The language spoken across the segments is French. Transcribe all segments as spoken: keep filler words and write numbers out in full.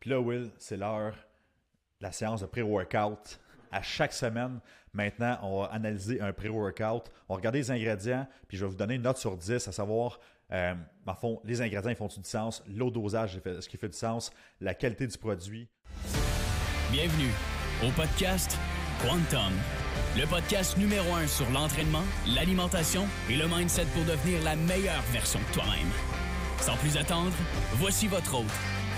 Puis là, Will, c'est l'heure, la séance de pré-workout. À chaque semaine, maintenant, on va analyser un pré-workout. On va regarder les ingrédients, puis je vais vous donner une note sur dix, à savoir, euh, en fond, les ingrédients, ils font-tu du sens? L'eau dosage, est-ce qu'il fait du sens? La qualité du produit. Bienvenue au podcast Quantum, le podcast numéro un sur l'entraînement, l'alimentation et le mindset pour devenir la meilleure version de toi-même. Sans plus attendre, voici votre hôte.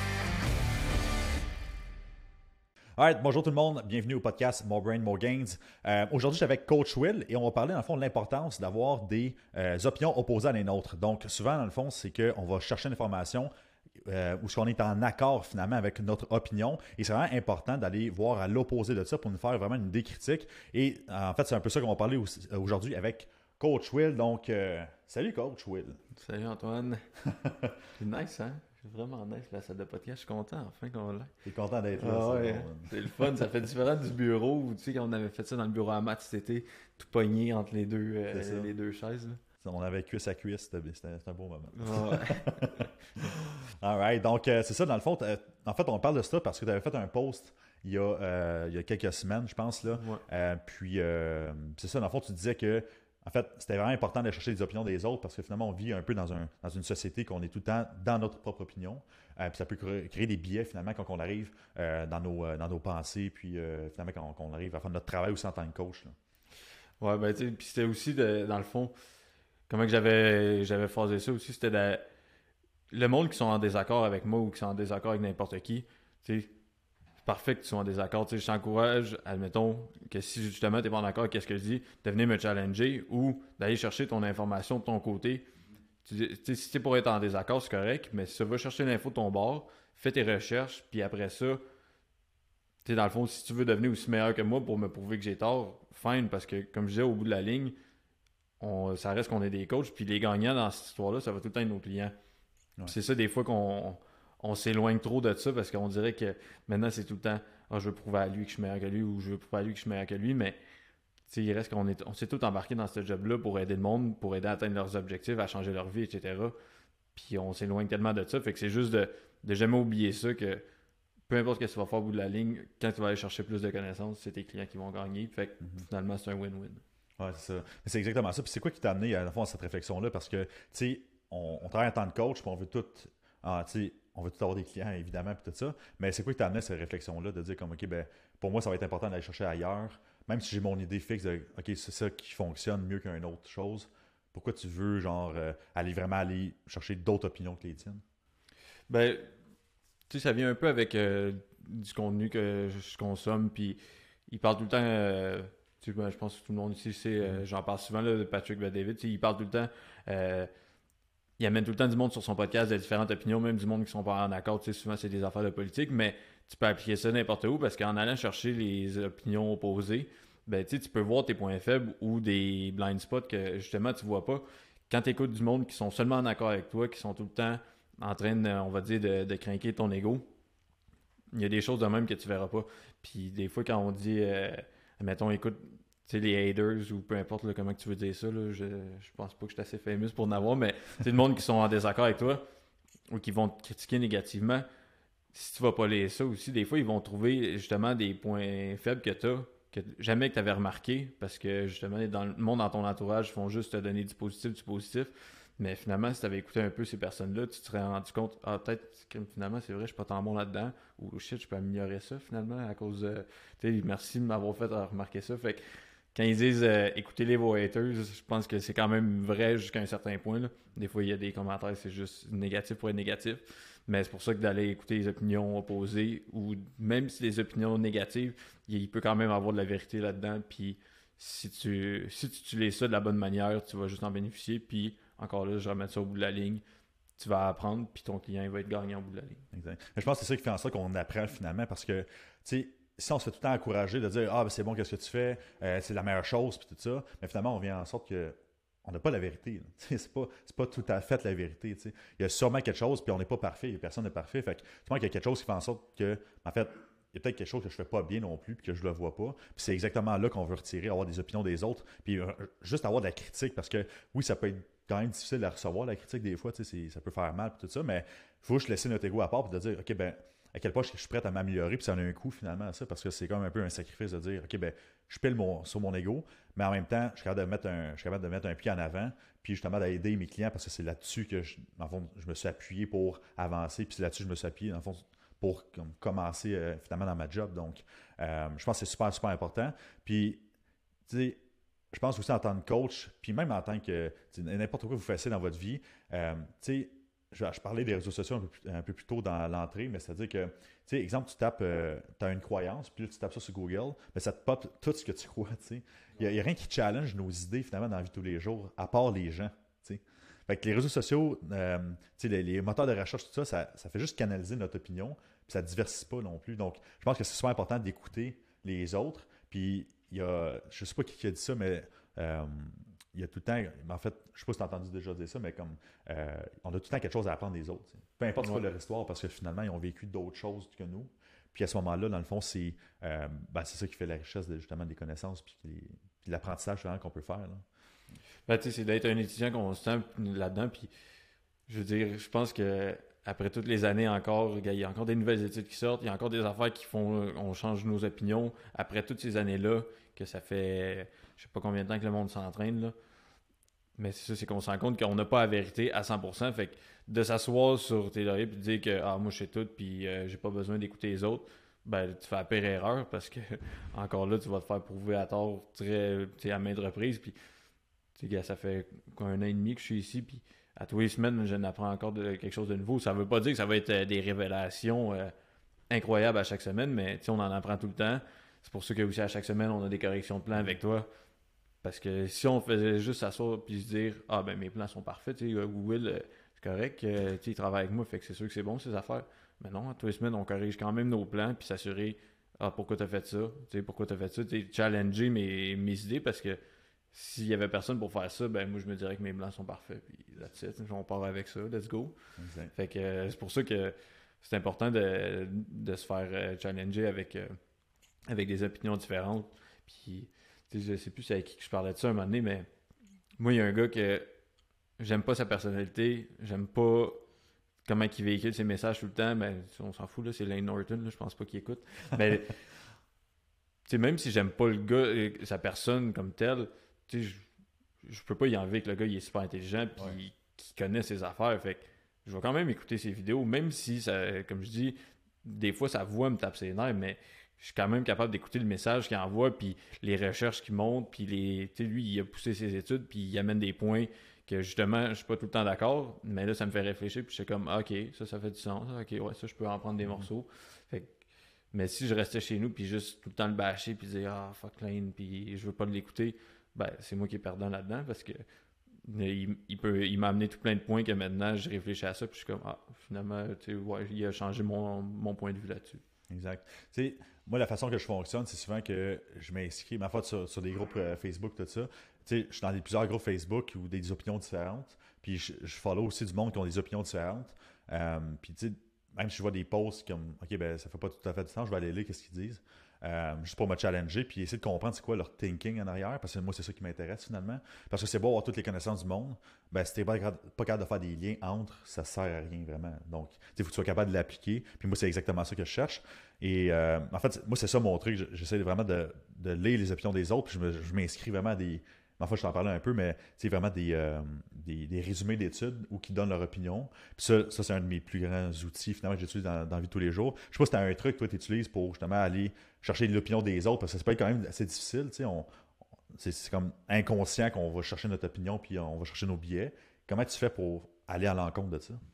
Alright, bonjour tout le monde, bienvenue au podcast More Brain, More Gains. Euh, aujourd'hui, je suis avec Coach Will et on va parler dans le fond de l'importance d'avoir des euh, opinions opposées à les nôtres. Donc souvent, dans le fond, c'est qu'on va chercher une information euh, où on est en accord finalement avec notre opinion et c'est vraiment important d'aller voir à l'opposé de ça pour nous faire vraiment une idée critique. Et en fait, c'est un peu ça qu'on va parler aujourd'hui avec Coach Will. Donc, euh, salut Coach Will. Salut Antoine. C'est nice, hein? C'est vraiment nice la salle de podcast. Je suis content enfin qu'on l'a. T'es content d'être là. Ah, c'est ouais. bon. C'est le fun. Ça fait différent du bureau où, tu sais, quand on avait fait ça dans le bureau à Matt cet été, tout pogné entre les deux, euh, les deux chaises. Là. On avait cuisse à cuisse, c'était, c'était un beau moment. Ah, ouais. All right, donc euh, c'est ça, dans le fond, en fait, on parle de ça parce que tu avais fait un post il y a, euh, il y a quelques semaines, je pense, là. Ouais. Euh, puis, euh, c'est ça, dans le fond, tu disais que en fait, c'était vraiment important de chercher les opinions des autres parce que finalement, on vit un peu dans, un, dans une société qu'on est tout le temps dans notre propre opinion. Euh, puis ça peut créer, créer des biais finalement quand on arrive euh, dans, nos, euh, dans nos pensées, puis euh, finalement quand, quand on arrive à faire notre travail aussi en tant que coach. Là. Ouais, ben tu sais, puis c'était aussi, de, dans le fond, comment que j'avais, j'avais phasé ça aussi, c'était de, le monde qui sont en désaccord avec moi ou qui sont en désaccord avec n'importe qui, tu sais, parfait que tu sois en désaccord. Tu sais, je t'encourage, admettons, que si justement tu n'es pas en accord avec ce que je dis, de venir me challenger ou d'aller chercher ton information de ton côté. Tu sais, si tu es pour être en désaccord, c'est correct, mais si tu vas chercher l'info de ton bord, fais tes recherches, puis après ça, tu sais, dans le fond, si tu veux devenir aussi meilleur que moi pour me prouver que j'ai tort, fine, parce que comme je disais, au bout de la ligne, on, ça reste qu'on est des coachs, puis les gagnants dans cette histoire-là, ça va tout le temps être nos clients. Ouais. C'est ça, des fois, qu'on on s'éloigne trop de ça parce qu'on dirait que maintenant c'est tout le temps ah, je veux prouver à lui que je suis meilleur que lui ou je veux prouver à lui que je suis meilleur que lui, mais il reste qu'on est, on s'est tous embarqués dans ce job-là pour aider le monde, pour aider à atteindre leurs objectifs, à changer leur vie, et cetera. Puis on s'éloigne tellement de ça, fait que c'est juste de, de jamais oublier ça que peu importe ce que tu vas faire au bout de la ligne, quand tu vas aller chercher plus de connaissances, c'est tes clients qui vont gagner. Fait que mm-hmm. finalement c'est un win-win. Ouais, c'est ça. Mais c'est exactement ça. Puis c'est quoi qui t'a amené à, à, à cette réflexion-là? Parce que tu sais, on, on travaille en tant que coach, puis on veut tout. Ah, tu sais, on veut tout avoir des clients, évidemment, puis tout ça. Mais c'est quoi qui t'a amené à cette réflexion-là de dire comme, OK, ben, pour moi, ça va être important d'aller chercher ailleurs, même si j'ai mon idée fixe de, OK, c'est ça qui fonctionne mieux qu'une autre chose. Pourquoi tu veux, genre, euh, aller vraiment aller chercher d'autres opinions que les tiennes? Ben, tu sais, ça vient un peu avec euh, du contenu que je consomme, puis il parle tout le temps, euh, tu sais, ben, je pense que tout le monde ici sait, euh, j'en parle souvent là, de Patrick Bet-David, tu sais, il parle tout le temps. Euh, Il amène tout le temps du monde sur son podcast de différentes opinions, même du monde qui ne sont pas en accord. Tu sais, souvent, c'est des affaires de politique, mais tu peux appliquer ça n'importe où parce qu'en allant chercher les opinions opposées, ben, tu sais, tu peux voir tes points faibles ou des blind spots que justement tu ne vois pas. Quand tu écoutes du monde qui sont seulement en accord avec toi, qui sont tout le temps en train, de, on va dire, de, de craquer ton ego, il y a des choses de même que tu ne verras pas. Puis des fois, quand on dit, euh, mettons, écoute, tu sais, les haters ou peu importe là, comment tu veux dire ça, là, je, je pense pas que je suis assez fameux pour en avoir, mais c'est le monde qui sont en désaccord avec toi ou qui vont te critiquer négativement. Si tu vas pas lire ça aussi, des fois, ils vont trouver justement des points faibles que tu as, que jamais que tu avais remarqué, parce que justement, dans le monde, dans ton entourage, ils font juste te donner du positif, du positif. Mais finalement, si tu avais écouté un peu ces personnes-là, tu te serais rendu compte, ah, peut-être que finalement, c'est vrai, je suis pas tant bon là-dedans, ou shit, je peux améliorer ça finalement à cause de. Tu sais, merci de m'avoir fait remarquer ça. Fait que quand ils disent euh, écoutez-les vos haters, je pense que c'est quand même vrai jusqu'à un certain point. Là. Des fois, il y a des commentaires, c'est juste négatif pour être négatif. Mais c'est pour ça que d'aller écouter les opinions opposées, ou même si les opinions négatives, il peut quand même avoir de la vérité là-dedans. Puis si tu, si tu utilises ça de la bonne manière, tu vas juste en bénéficier. Puis encore là, je remets ça au bout de la ligne. Tu vas apprendre, puis ton client il va être gagnant au bout de la ligne. Exact. Mais je pense que c'est ça qui fait en sorte qu'on apprend finalement parce que, tu sais, si on se fait tout le temps encourager de dire « Ah, ben c'est bon, qu'est-ce que tu fais? Euh, c'est la meilleure chose, puis tout ça. » Mais finalement, on vient en sorte que on n'a pas la vérité. C'est pas, c'est pas tout à fait la vérité. T'sais. Il y a sûrement quelque chose, puis on n'est pas parfait. Personne n'est parfait. Fait que, tu vois qu'il y a quelque chose qui fait en sorte que, en fait, il y a peut-être quelque chose que je ne fais pas bien non plus, puis que je ne le vois pas. Puis c'est exactement là qu'on veut retirer, avoir des opinions des autres, puis euh, juste avoir de la critique, parce que oui, ça peut être quand même difficile à recevoir, la critique des fois, ça peut faire mal, puis tout ça, mais il faut juste laisser notre ego à part, puis de dire, OK, ben à quel point je suis prêt à m'améliorer, puis ça en a un coût finalement à ça, parce que c'est comme un peu un sacrifice de dire, OK, ben je pile mon, sur mon ego, mais en même temps, je suis capable de mettre un, je suis capable de mettre un pied en avant, puis justement d'aider mes clients, parce que c'est là-dessus que je, en fond, je me suis appuyé pour avancer, puis c'est là-dessus que je me suis appuyé, dans le fond, pour comme, commencer euh, finalement dans ma job. Donc, euh, je pense que c'est super, super important. Puis, tu sais, je pense aussi en tant que coach, puis même en tant que n'importe quoi que vous fassiez dans votre vie, euh, tu sais, je, je parlais des réseaux sociaux un peu, plus, un peu plus tôt dans l'entrée, mais c'est-à-dire que, tu sais, exemple, tu tapes, euh, tu as une croyance, puis là, tu tapes ça sur Google, mais ça te pop tout ce que tu crois, tu sais. Il n'y a, a rien qui challenge nos idées, finalement, dans la vie de tous les jours, à part les gens, tu sais. Fait que les réseaux sociaux, euh, tu sais, les, les moteurs de recherche, tout ça, ça, ça fait juste canaliser notre opinion, puis ça ne diversifie pas non plus. Donc, je pense que c'est super important d'écouter les autres, puis il y a, je ne sais pas qui, qui a dit ça, mais euh, il y a tout le temps, en fait, je ne sais pas si tu as entendu déjà dire ça, mais comme euh, on a tout le temps quelque chose à apprendre des autres. T'sais. Peu importe ouais. leur histoire, parce que finalement, ils ont vécu d'autres choses que nous. Puis à ce moment-là, dans le fond, c'est, euh, ben, c'est ça qui fait la richesse de, justement des connaissances puis, les, puis l'apprentissage finalement, qu'on peut faire. Là. Ben, tu sais, c'est d'être un étudiant constant là-dedans. Puis, je veux dire, je pense que après toutes les années encore, il y a encore des nouvelles études qui sortent, il y a encore des affaires qui font, on change nos opinions. Après toutes ces années-là, que ça fait, je sais pas combien de temps que le monde s'entraîne, là. Mais c'est ça, c'est qu'on se rend compte qu'on n'a pas la vérité à cent pour cent. Fait que de s'asseoir sur tes lauriers et de dire que ah, moi je sais tout puis euh, j'ai pas besoin d'écouter les autres, ben tu fais la pire erreur parce que encore là, tu vas te faire prouver à tort très, à maintes reprises. Puis gars, ça fait quoi, un an et demi que je suis ici, puis à tous les semaines, je n'apprends encore de, quelque chose de nouveau. Ça veut pas dire que ça va être euh, des révélations euh, incroyables à chaque semaine, mais on en apprend tout le temps. C'est pour ça que aussi à chaque semaine, on a des corrections de plans avec toi. Parce que si on faisait juste s'asseoir et se dire « Ah ben mes plans sont parfaits, tu sais, Will, euh, c'est correct, euh, il travaille avec moi, fait que c'est sûr que c'est bon ces affaires. » Mais non, à tous les semaines, on corrige quand même nos plans puis s'assurer « Ah, pourquoi t'as fait ça? Tu sais, pourquoi t'as fait ça? » Tu sais, challenger mes, mes idées parce que s'il y avait personne pour faire ça, ben moi je me dirais que mes plans sont parfaits. Puis that's it, on part avec ça, let's go. Exact. Fait que euh, c'est pour ça que c'est important de, de se faire euh, challenger avec, euh, avec des opinions différentes. Puis je sais plus c'est avec qui que je parlais de ça un moment donné, mais moi, il y a un gars que j'aime pas sa personnalité, j'aime pas comment il véhicule ses messages tout le temps, mais on s'en fout, là, c'est Lane Norton, là, je pense pas qu'il écoute. Mais même si j'aime pas le gars, sa personne comme telle, je, je peux pas y enlever que le gars il est super intelligent puis ouais. qu'il connaît ses affaires. Fait que je vais quand même écouter ses vidéos, même si, ça, comme je dis, des fois sa voix me tape ses nerfs, mais je suis quand même capable d'écouter le message qu'il envoie, puis les recherches qu'il montre, puis les, tu sais, lui, il a poussé ses études, puis il amène des points que justement, je suis pas tout le temps d'accord, mais là, ça me fait réfléchir, puis je suis comme, ah, ok, ça, ça fait du sens, ok, ouais, ça, je peux en prendre des mm-hmm. morceaux. Fait que, mais si je restais chez nous, puis juste tout le temps le bâcher, puis dire, ah, fuck Lane, puis je veux pas l'écouter, ben, c'est moi qui est perdant là-dedans, parce que il, il, peut, il m'a amené tout plein de points que maintenant, je réfléchis à ça, puis je suis comme, ah, finalement, tu sais, ouais, il a changé mon, mon point de vue là-dessus. Exact. Tu sais, moi, la façon que je fonctionne, c'est souvent que je m'inscris, ma foi, sur, sur des groupes euh, Facebook, tout ça. Tu sais, je suis dans des, plusieurs groupes Facebook où des, des opinions différentes. Puis je, je follow aussi du monde qui ont des opinions différentes. Euh, puis tu sais, même si je vois des posts comme, OK, ben ça fait pas tout à fait du sens, je vais aller lire qu'est-ce qu'ils disent. Euh, juste pour me challenger, puis essayer de comprendre c'est quoi leur thinking en arrière, parce que moi, c'est ça qui m'intéresse finalement. Parce que c'est beau avoir toutes les connaissances du monde, ben si t'es pas, pas capable de faire des liens entre, ça sert à rien vraiment. Donc, il faut que tu sois capable de l'appliquer, puis moi, c'est exactement ça que je cherche. Et euh, en fait, moi, c'est ça mon truc, j'essaie vraiment de, de lire les opinions des autres, puis je, me, je m'inscris vraiment à des... Ma foi, je t'en parlais un peu, mais c'est vraiment des, euh, des, des résumés d'études où qui donnent leur opinion. Puis ça, ça, c'est un de mes plus grands outils finalement que j'utilise dans, dans la vie de tous les jours. Je sais pas si tu as un truc, toi, tu utilises pour justement aller chercher l'opinion des autres, parce que ça peut être quand même assez difficile. Tu sais, on, c'est, c'est comme inconscient qu'on va chercher notre opinion puis on va chercher nos billets. Comment tu fais pour aller à l'encontre de ça?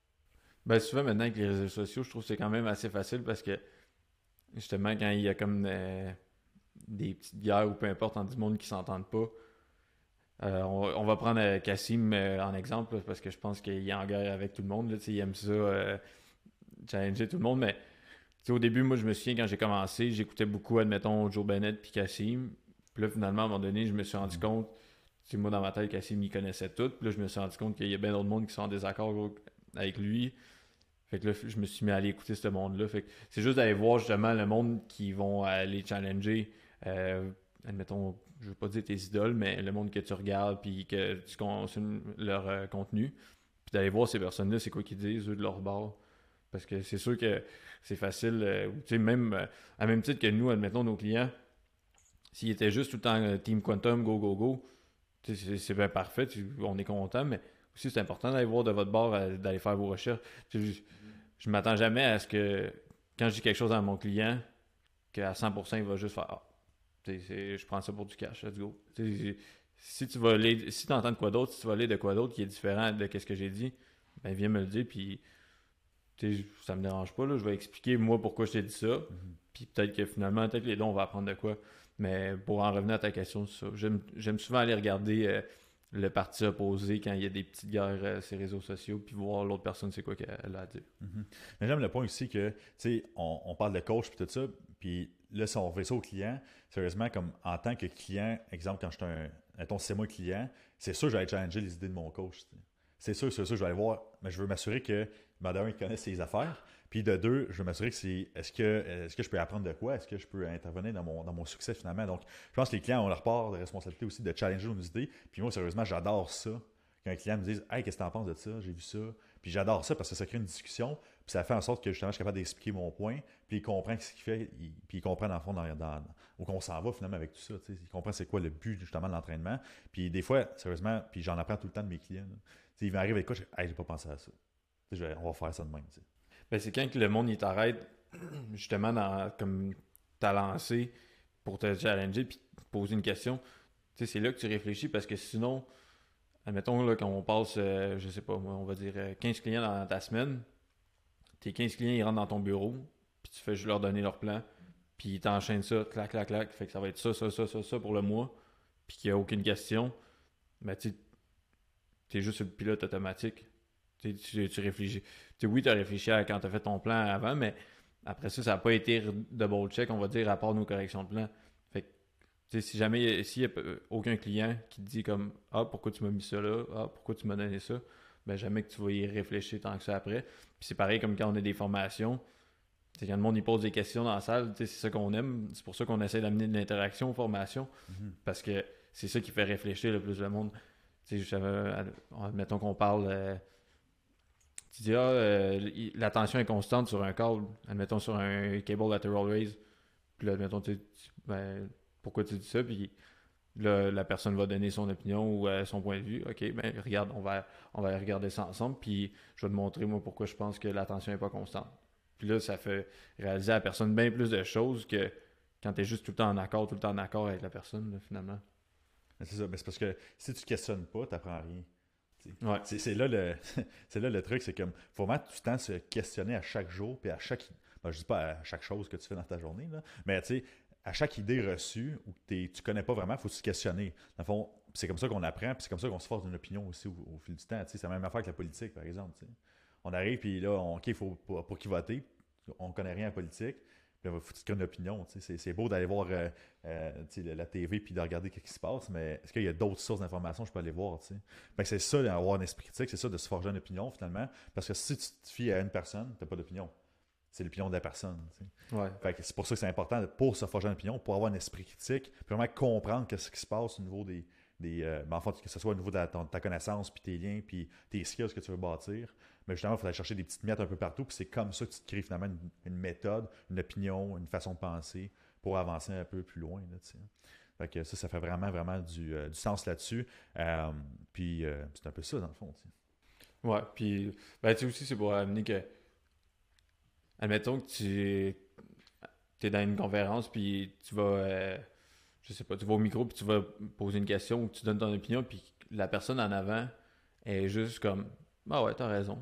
Ben souvent, maintenant, avec les réseaux sociaux, je trouve que c'est quand même assez facile parce que justement, quand il y a comme euh, des petites guerres ou peu importe entre du monde qui s'entendent pas, Euh, on, on va prendre euh, Cassim euh, en exemple là, parce que je pense qu'il est en guerre avec tout le monde. Là, il aime ça, euh, challenger tout le monde. Mais au début, moi, je me souviens quand j'ai commencé, j'écoutais beaucoup, admettons, Joe Bennett puis Cassim. Puis là, finalement, à un moment donné, je me suis rendu compte, moi, dans ma tête, Cassim, il connaissait tout. Puis là, je me suis rendu compte qu'il y a bien d'autres monde qui sont en désaccord avec lui. Fait que là, je me suis mis à aller écouter ce monde-là. Fait que c'est juste d'aller voir justement le monde qui vont aller challenger. Euh, admettons, je ne veux pas dire tes idoles, mais le monde que tu regardes puis que tu consommes leur euh, contenu. Puis d'aller voir ces personnes-là, c'est quoi qu'ils disent, eux, de leur bord. Parce que c'est sûr que c'est facile, euh, tu sais, même euh, à même titre que nous, admettons, nos clients, s'ils étaient juste tout le temps euh, Team Quantum, go, go, go, tu sais, c'est, c'est bien parfait, tu, on est content, mais aussi c'est important d'aller voir de votre bord, euh, d'aller faire vos recherches. Tu sais, je, je m'attends jamais à ce que, quand je dis quelque chose à mon client, qu'à cent pour cent, il va juste faire « Ah, tu sais, je prends ça pour du cash, let's go. » Tu sais, si tu vas lire, si tu entends de quoi d'autre, si tu vas lire de quoi d'autre qui est différent de ce que j'ai dit, ben viens me le dire, puis t'sais, ça me dérange pas, là, je vais expliquer moi pourquoi je t'ai dit ça, mm-hmm. Puis peut-être que finalement, peut-être que les deux, on va apprendre de quoi. Mais pour en revenir à ta question, c'est ça. J'aime, j'aime souvent aller regarder euh, le parti opposé quand il y a des petites guerres euh, sur les réseaux sociaux, puis voir l'autre personne, c'est quoi qu'elle a à dire. Mm-hmm. Mais j'aime le point aussi que, tu sais, on, on parle de coach, puis tout ça, puis là, si on fait ça au client, sérieusement, comme en tant que client, exemple, quand je suis un, mettons, c'est moi le client, c'est sûr que j'allais challenger les idées de mon coach, t'sais. C'est sûr, c'est sûr, je vais aller voir, mais je veux m'assurer que, ben, d'un, il connaît ses affaires, puis de deux, je veux m'assurer que c'est, est-ce que, est-ce que je peux apprendre de quoi, est-ce que je peux intervenir dans mon, dans mon succès finalement. Donc, je pense que les clients ont leur part de responsabilité aussi de challenger nos idées, puis moi, sérieusement, j'adore ça, qu'un client me dise « Hey, qu'est-ce que t'en penses de ça? J'ai vu ça. » Puis j'adore ça parce que ça crée une discussion, puis ça fait en sorte que justement, je suis capable d'expliquer mon point, puis il comprend ce qu'il fait, il, puis il comprend dans le fond dans, dans, où qu'on s'en va finalement avec tout ça. T'sais. Il comprend c'est quoi le but justement de l'entraînement. Puis des fois, sérieusement, puis j'en apprends tout le temps de mes clients. Il m'arrive avec quoi, je dis « Hey, j'ai pas pensé à ça. » Je vais, on va faire ça de même. Ben, c'est quand que le monde il t'arrête justement dans comme t'as lancé pour te challenger puis te poser une question. T'sais, c'est là que tu réfléchis parce que sinon, admettons là, quand on passe, euh, je sais pas moi, on va dire euh, quinze clients dans ta semaine, tes quinze clients ils rentrent dans ton bureau, puis tu fais juste leur donner leur plan, puis ils t'enchaînent ça, clac, clac, clac, fait que ça va être ça, ça, ça, ça, ça pour le mois, puis qu'il n'y a aucune question, ben tu es juste sur le pilote automatique. Tu, tu, tu réfléchis. Tu, oui, tu as réfléchi à quand tu as fait ton plan avant, mais après ça, ça n'a pas été double check, on va dire, à part nos corrections de plan. Fait que, si jamais s'il n'y a aucun client qui te dit comme Ah, pourquoi tu m'as mis ça là? Ah, pourquoi tu m'as donné ça? Ben jamais que tu vas y réfléchir tant que ça après. Puis c'est pareil comme quand on a des formations. Quand le monde y pose des questions dans la salle, c'est ça qu'on aime. C'est pour ça qu'on essaie d'amener de l'interaction aux formations. Mm-hmm. Parce que c'est ça qui fait réfléchir le plus le monde. Admettons qu'on parle. Euh, Tu dis, ah, euh, la tension est constante sur un câble, admettons sur un cable lateral raise. Puis là, admettons, tu, tu, ben, pourquoi tu dis ça? Puis là, la personne va donner son opinion ou euh, son point de vue. OK, ben regarde, on va, on va regarder ça ensemble. Puis je vais te montrer, moi, pourquoi je pense que la tension n'est pas constante. Puis là, ça fait réaliser à la personne bien plus de choses que quand tu es juste tout le temps en accord, tout le temps en accord avec la personne, là, finalement. C'est ça, mais c'est parce que si tu ne questionnes pas, tu n'apprends rien. Ouais. C'est, c'est, là le, c'est là le truc, c'est comme faut vraiment tout le temps se questionner à chaque jour, puis à chaque. Ben, je dis pas à chaque chose que tu fais dans ta journée, là, mais tu sais, à chaque idée reçue ou que tu ne connais pas vraiment, il faut se questionner. Dans le fond, c'est comme ça qu'on apprend, puis c'est comme ça qu'on se force d'une opinion aussi au, au fil du temps. C'est la même affaire que la politique, par exemple. T'sais. On arrive, puis là, on, OK, il faut pour, pour qui voter. On ne connaît rien en politique. Puis il faut que tu une opinion. C'est, c'est beau d'aller voir euh, euh, la T V puis de regarder ce qui se passe, mais est-ce qu'il y a d'autres sources d'informations que je peux aller voir? Ben, c'est ça d'avoir un esprit critique, c'est ça de se forger une opinion finalement. Parce que si tu te fies à une personne, tu n'as pas d'opinion. C'est l'opinion de la personne. Ouais. Fait que c'est pour ça que c'est important pour se forger une opinion, pour avoir un esprit critique, puis vraiment comprendre ce qui se passe au niveau des. des euh, ben, en fait, que ce soit au niveau de, la, de ta connaissance, puis tes liens, puis tes skills que tu veux bâtir. Mais justement, il faut aller chercher des petites miettes un peu partout, puis c'est comme ça que tu te crées finalement une, une méthode, une opinion, une façon de penser pour avancer un peu plus loin. Là, fait que ça, ça fait vraiment, vraiment du, euh, du sens là-dessus. Euh, puis euh, c'est un peu ça, dans le fond. T'sais. Ouais, puis ben, tu sais aussi, c'est pour amener que, admettons que tu es dans une conférence, puis tu vas, euh, je sais pas, tu vas au micro, puis tu vas poser une question, ou tu donnes ton opinion, puis la personne en avant est juste comme, ah ouais, t'as raison.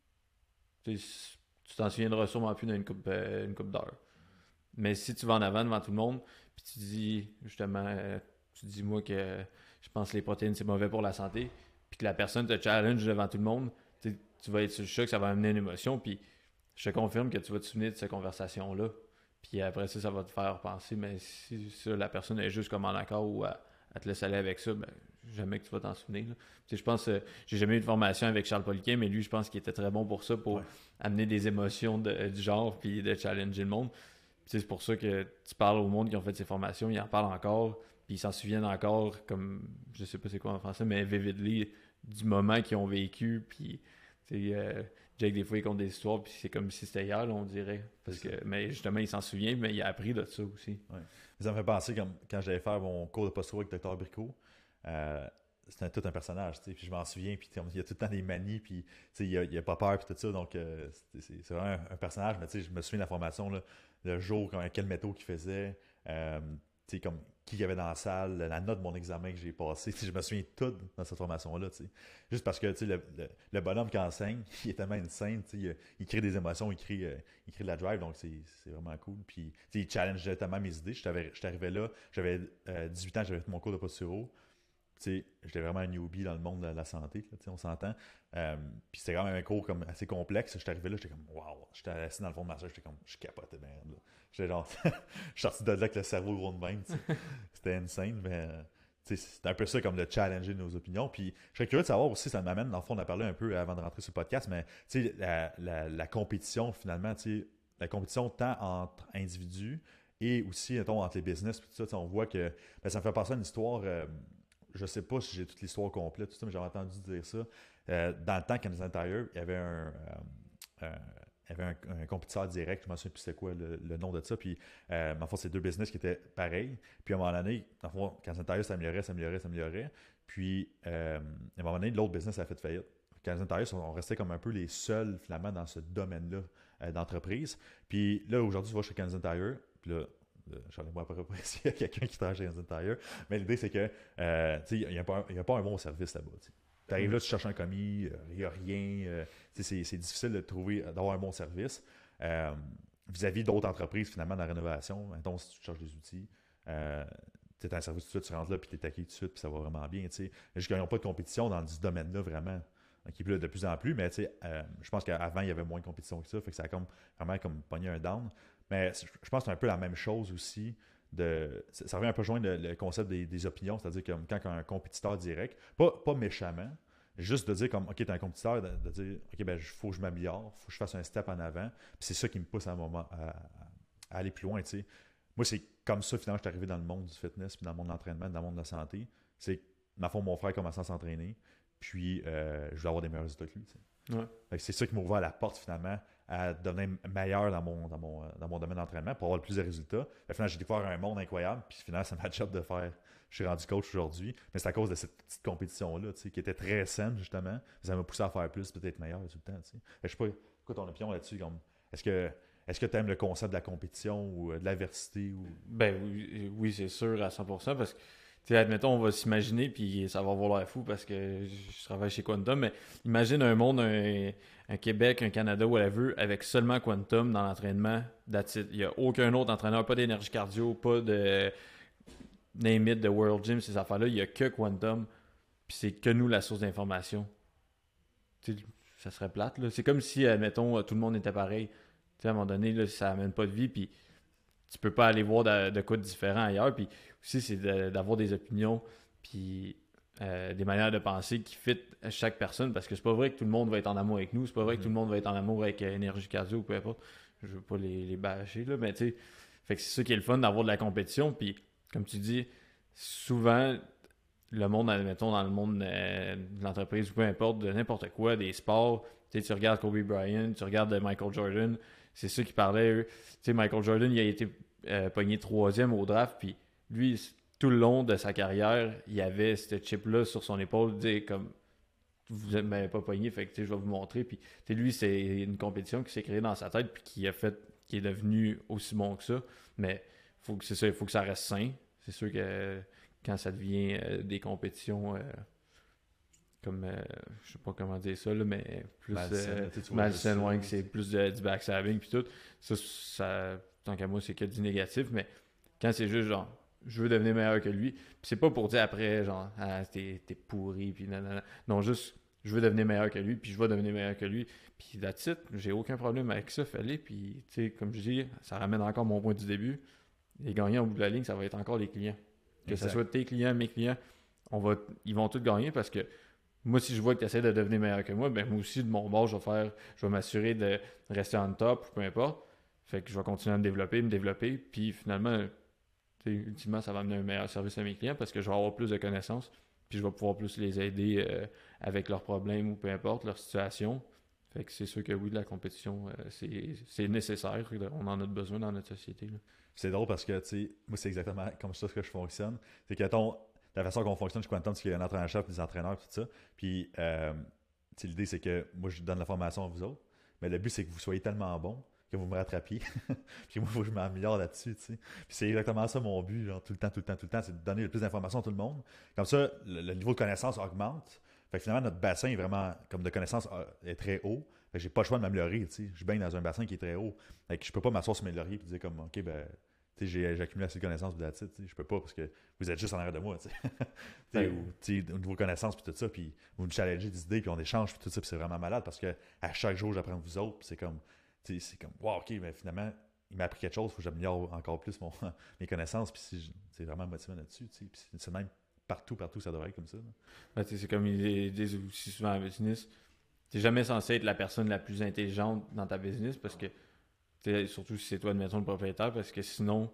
Tu t'en souviendras sûrement plus dans une couple, euh, une couple d'heures. Mais si tu vas en avant devant tout le monde, puis tu dis, justement, euh, tu dis moi que je pense que les protéines c'est mauvais pour la santé, puis que la personne te challenge devant tout le monde, tu vas être sur le choc, ça va amener une émotion, puis je te confirme que tu vas te souvenir de cette conversation-là. Puis après ça, ça va te faire penser, mais si ça, la personne est juste comme en accord ou à, à te laisser aller avec ça, ben jamais que tu vas t'en souvenir. Je pense, euh, j'ai jamais eu de formation avec Charles Poliquin, mais lui, je pense qu'il était très bon pour ça, pour ouais. amener des émotions de, euh, du genre, puis de challenger le monde. Puis c'est pour ça que tu parles au monde qui ont fait ces formations, ils en parlent encore, puis ils s'en souviennent encore, comme, je sais pas c'est quoi en français, mais vividly, du moment qu'ils ont vécu, puis euh, Jake, des fois, il compte des histoires, puis c'est comme si c'était hier, là, on dirait. Parce que, mais justement, il s'en souvient, mais il a appris de ça aussi. Ouais. Ça me fait penser, comme quand j'allais faire mon cours de posturo avec docteur Bricot, euh, c'était tout un personnage, tu sais, puis je m'en souviens, puis il y a tout le temps des manies, puis il a, il a pas peur, puis tout ça, donc euh, c'est, c'est, c'est vraiment un, un personnage, mais tu sais, je me souviens de la formation, là, le jour, comme, quel métaux qu'il faisait, euh, tu sais, comme qui il y avait dans la salle, la note de mon examen que j'ai passé, tu sais, je me souviens tout dans cette formation-là, tu sais, juste parce que, tu sais, le, le, le bonhomme qui enseigne, il est tellement insane, tu sais, il, il crée des émotions, il crée, euh, il crée de la drive, donc c'est, c'est vraiment cool, puis, tu sais, il challengeait tellement mes idées, j'étais arrivé là, j'avais euh, dix-huit ans, j'avais fait mon cours de posturo. J'étais vraiment un newbie dans le monde de la santé, là, on s'entend. Euh, puis c'était quand même un cours comme assez complexe. J'étais arrivé là, j'étais comme wow. J'étais assis dans le fond de ma chaise, j'étais comme je capotais bien. J'étais genre, je suis sorti de là avec le cerveau gros de même. C'était insane, mais c'était un peu ça comme de challenger nos opinions. Puis je serais curieux de savoir aussi, ça m'amène, dans le fond, on a parlé un peu avant de rentrer sur le podcast, mais la, la, la compétition finalement, la compétition tant entre individus et aussi mettons, entre les business, tout ça, on voit que ben, ça me fait penser à une histoire. Euh, Je sais pas si j'ai toute l'histoire complète, tout ça, mais j'avais entendu dire ça. Euh, dans le temps, Canadian Tire, il y avait un, euh, euh, il y avait un, un compétiteur direct, je ne me souviens plus c'était quoi le, le nom de ça. Puis, euh, en fait, c'est deux business qui étaient pareils. Puis, à un moment donné, dans le fond, Canadian Tire s'améliorait, s'améliorait, s'améliorait. Puis, euh, à un moment donné, l'autre business a fait faillite. Canadian Tire, on restait comme un peu les seuls, finalement, dans ce domaine-là euh, d'entreprise. Puis là, aujourd'hui, tu vas chez Canadian Tire, puis là, j'en ai pas à peu près s'il y a quelqu'un qui travaille chez Canadian Tire, mais l'idée c'est que euh, il n'y a, a pas un bon service là-bas. Tu arrives là, tu cherches un commis, il n'y a rien, euh, c'est, c'est difficile de trouver, d'avoir un bon service. Euh, vis-à-vis d'autres entreprises finalement dans la rénovation, mettons si tu cherches des outils, euh, tu as un service tout de suite, tu rentres là, puis tu es taqué tout de suite, puis ça va vraiment bien. Juste qu'ils n'ont pas de compétition dans ce domaine-là vraiment. Qui est plus de plus en plus, mais euh, je pense qu'avant, il y avait moins de compétition que ça, fait que ça a comme, vraiment comme pogné un down. Mais je pense que c'est un peu la même chose aussi. De, ça revient un peu rejoindre le, le concept des, des opinions, c'est-à-dire comme quand un compétiteur direct, pas, pas méchamment, juste de dire comme, OK, tu es un compétiteur, de, de dire, OK, ben, il faut que je m'améliore, il faut que je fasse un step en avant. Puis c'est ça qui me pousse à un moment à, à aller plus loin, tu sais. Moi, c'est comme ça, finalement, je suis arrivé dans le monde du fitness, puis dans le monde de l'entraînement, dans le monde de la santé. C'est, dans le fond, mon frère commençait à s'entraîner, puis euh, je voulais avoir des meilleurs résultats que lui, tu sais. Ouais. Fait que c'est ça qui m'a ouvert la porte, finalement, à devenir meilleur dans mon, dans mon, dans mon domaine d'entraînement pour avoir le plus de résultats. Fait, finalement, j'ai découvert un monde incroyable, puis finalement, ça m'a job de faire. Je suis rendu coach aujourd'hui, mais c'est à cause de cette petite compétition-là, tu sais, qui était très saine, justement. Ça m'a poussé à faire plus, peut-être meilleur tout le temps, tu sais. Fait, je sais pas, quoi ton opinion là-dessus, comme, est-ce que est-ce que tu aimes le concept de la compétition ou de l'adversité? Ou... Ben oui, oui, c'est sûr, à cent pour cent, parce que t'sais, admettons, on va s'imaginer, puis ça va avoir l'air fou parce que je travaille chez Quantum, mais imagine un monde, un, un Québec, un Canada, whatever, avec seulement Quantum dans l'entraînement. That's it. Il n'y a aucun autre entraîneur, pas d'énergie cardio, pas de name it, de World Gym, ces affaires-là. Il n'y a que Quantum, puis c'est que nous la source d'information. T'sais, ça serait plate, là. C'est comme si, admettons, tout le monde était pareil. T'sais, à un moment donné, là, ça n'amène pas de vie, puis tu peux pas aller voir de, de quoi de différent ailleurs. Puis aussi, c'est de, d'avoir des opinions puis euh, des manières de penser qui fit à chaque personne, parce que c'est pas vrai que tout le monde va être en amour avec nous, c'est pas vrai que tout le monde va être en amour avec euh, Énergie Cardio ou peu importe. Je veux pas les, les bâcher, là, mais tu sais, fait que c'est ça qui est le fun d'avoir de la compétition. Puis, comme tu dis, souvent, le monde, admettons, dans le monde euh, de l'entreprise ou peu importe, de n'importe quoi, des sports, tu sais, tu regardes Kobe Bryant, tu regardes Michael Jordan, c'est ceux qui parlaient, eux. Tu sais, Michael Jordan, il a été euh, pogné troisième au draft, puis lui, tout le long de sa carrière, il avait cette chip-là sur son épaule, dire comme, vous ne m'avez pas pogné, fait que je vais vous montrer. Puis, lui, c'est une compétition qui s'est créée dans sa tête, puis qui a fait, qui est devenu aussi bon que ça. Mais faut que, c'est ça, il faut que ça reste sain. C'est sûr que euh, quand ça devient euh, des compétitions... Euh, comme, euh, je sais pas comment dire ça, là, mais plus malsaine, euh, malsaine, ouais, que c'est plus de, du backstabbing puis tout. Ça, ça, tant qu'à moi, c'est que du négatif, mais quand c'est juste genre, je veux devenir meilleur que lui, puis c'est pas pour dire après, genre, ah, t'es, t'es pourri, puis nanana. Non, juste, je veux devenir meilleur que lui, puis je vais devenir meilleur que lui, puis that's it, j'ai aucun problème avec ça, fallait, puis tu sais, comme je dis, ça ramène encore mon point du début. Les gagnants au bout de la ligne, ça va être encore les clients. Que exact. Ce soit tes clients, mes clients, on va, ils vont tous gagner parce que moi, si je vois que tu essaies de devenir meilleur que moi, ben moi aussi, de mon bord, je vais faire, je vais m'assurer de rester en top, peu importe. Fait que je vais continuer à me développer, me développer, puis finalement, ultimement, ça va amener un meilleur service à mes clients parce que je vais avoir plus de connaissances, puis je vais pouvoir plus les aider euh, avec leurs problèmes ou peu importe, leur situation. Fait que c'est sûr que oui, la compétition, euh, c'est, c'est nécessaire. On en a besoin dans notre société. Là. C'est drôle parce que, tu sais, moi, c'est exactement comme ça que je fonctionne. C'est que, ton, la façon qu'on fonctionne chez Quantum, c'est qu'il y a un entraîneur-chef, des entraîneurs, tout ça. Puis, euh, l'idée, c'est que moi, je donne la formation à vous autres. Mais le but, c'est que vous soyez tellement bon que vous me rattrapiez. Puis moi, il faut que je m'améliore là-dessus, tu sais. Puis c'est exactement ça mon but, genre, tout le temps, tout le temps, tout le temps, c'est de donner le plus d'informations à tout le monde. Comme ça, le, le niveau de connaissance augmente. Fait que finalement, notre bassin est vraiment, comme de connaissance, est très haut. Fait que j'ai pas le choix de m'améliorer, tu sais. Je baigne dans un bassin qui est très haut. Fait que je peux pas m'asseoir sur mes lauriers et dire comme, OK, ben, tu sais, j'ai, j'ai accumulé assez de connaissances, tu sais. Je peux pas parce que vous êtes juste en arrière de moi, tu sais. Ouais. Ou, tu sais, au niveau connaissance puis tout ça, puis vous me challengez des idées, puis on échange, puis tout ça, puis c'est vraiment malade parce que à chaque jour, j'apprends de vous autres, puis c'est comme, tu sais, c'est comme, wow, OK, mais finalement, il m'a appris quelque chose, il faut que j'améliore encore plus mon, mes connaissances, puis c'est, c'est vraiment motivant là-dessus, tu sais. Puis c'est, c'est même partout, partout, ça devrait être comme ça. Ben, c'est comme ils disent aussi souvent en business, t'es jamais censé être la personne la plus intelligente dans ta business parce que, surtout si c'est toi, admettons, le propriétaire, parce que sinon,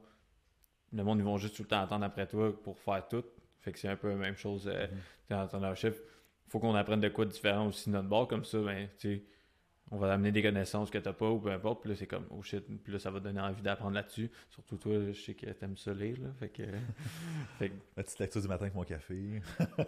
le monde, ils vont juste tout le temps attendre après toi pour faire tout. Fait que c'est un peu la même chose. Euh, mm-hmm. T'es entraîneur-chef. Il faut qu'on apprenne de quoi de différent aussi de notre bord, comme ça, ben, tu sais, on va amener des connaissances que t'as pas ou peu importe. Puis là, c'est comme, oh shit. Puis là, ça va te donner envie d'apprendre là-dessus. Surtout toi, je sais que t'aimes ça lire, là. Fait que. fait que... La petite lecture du matin avec mon café.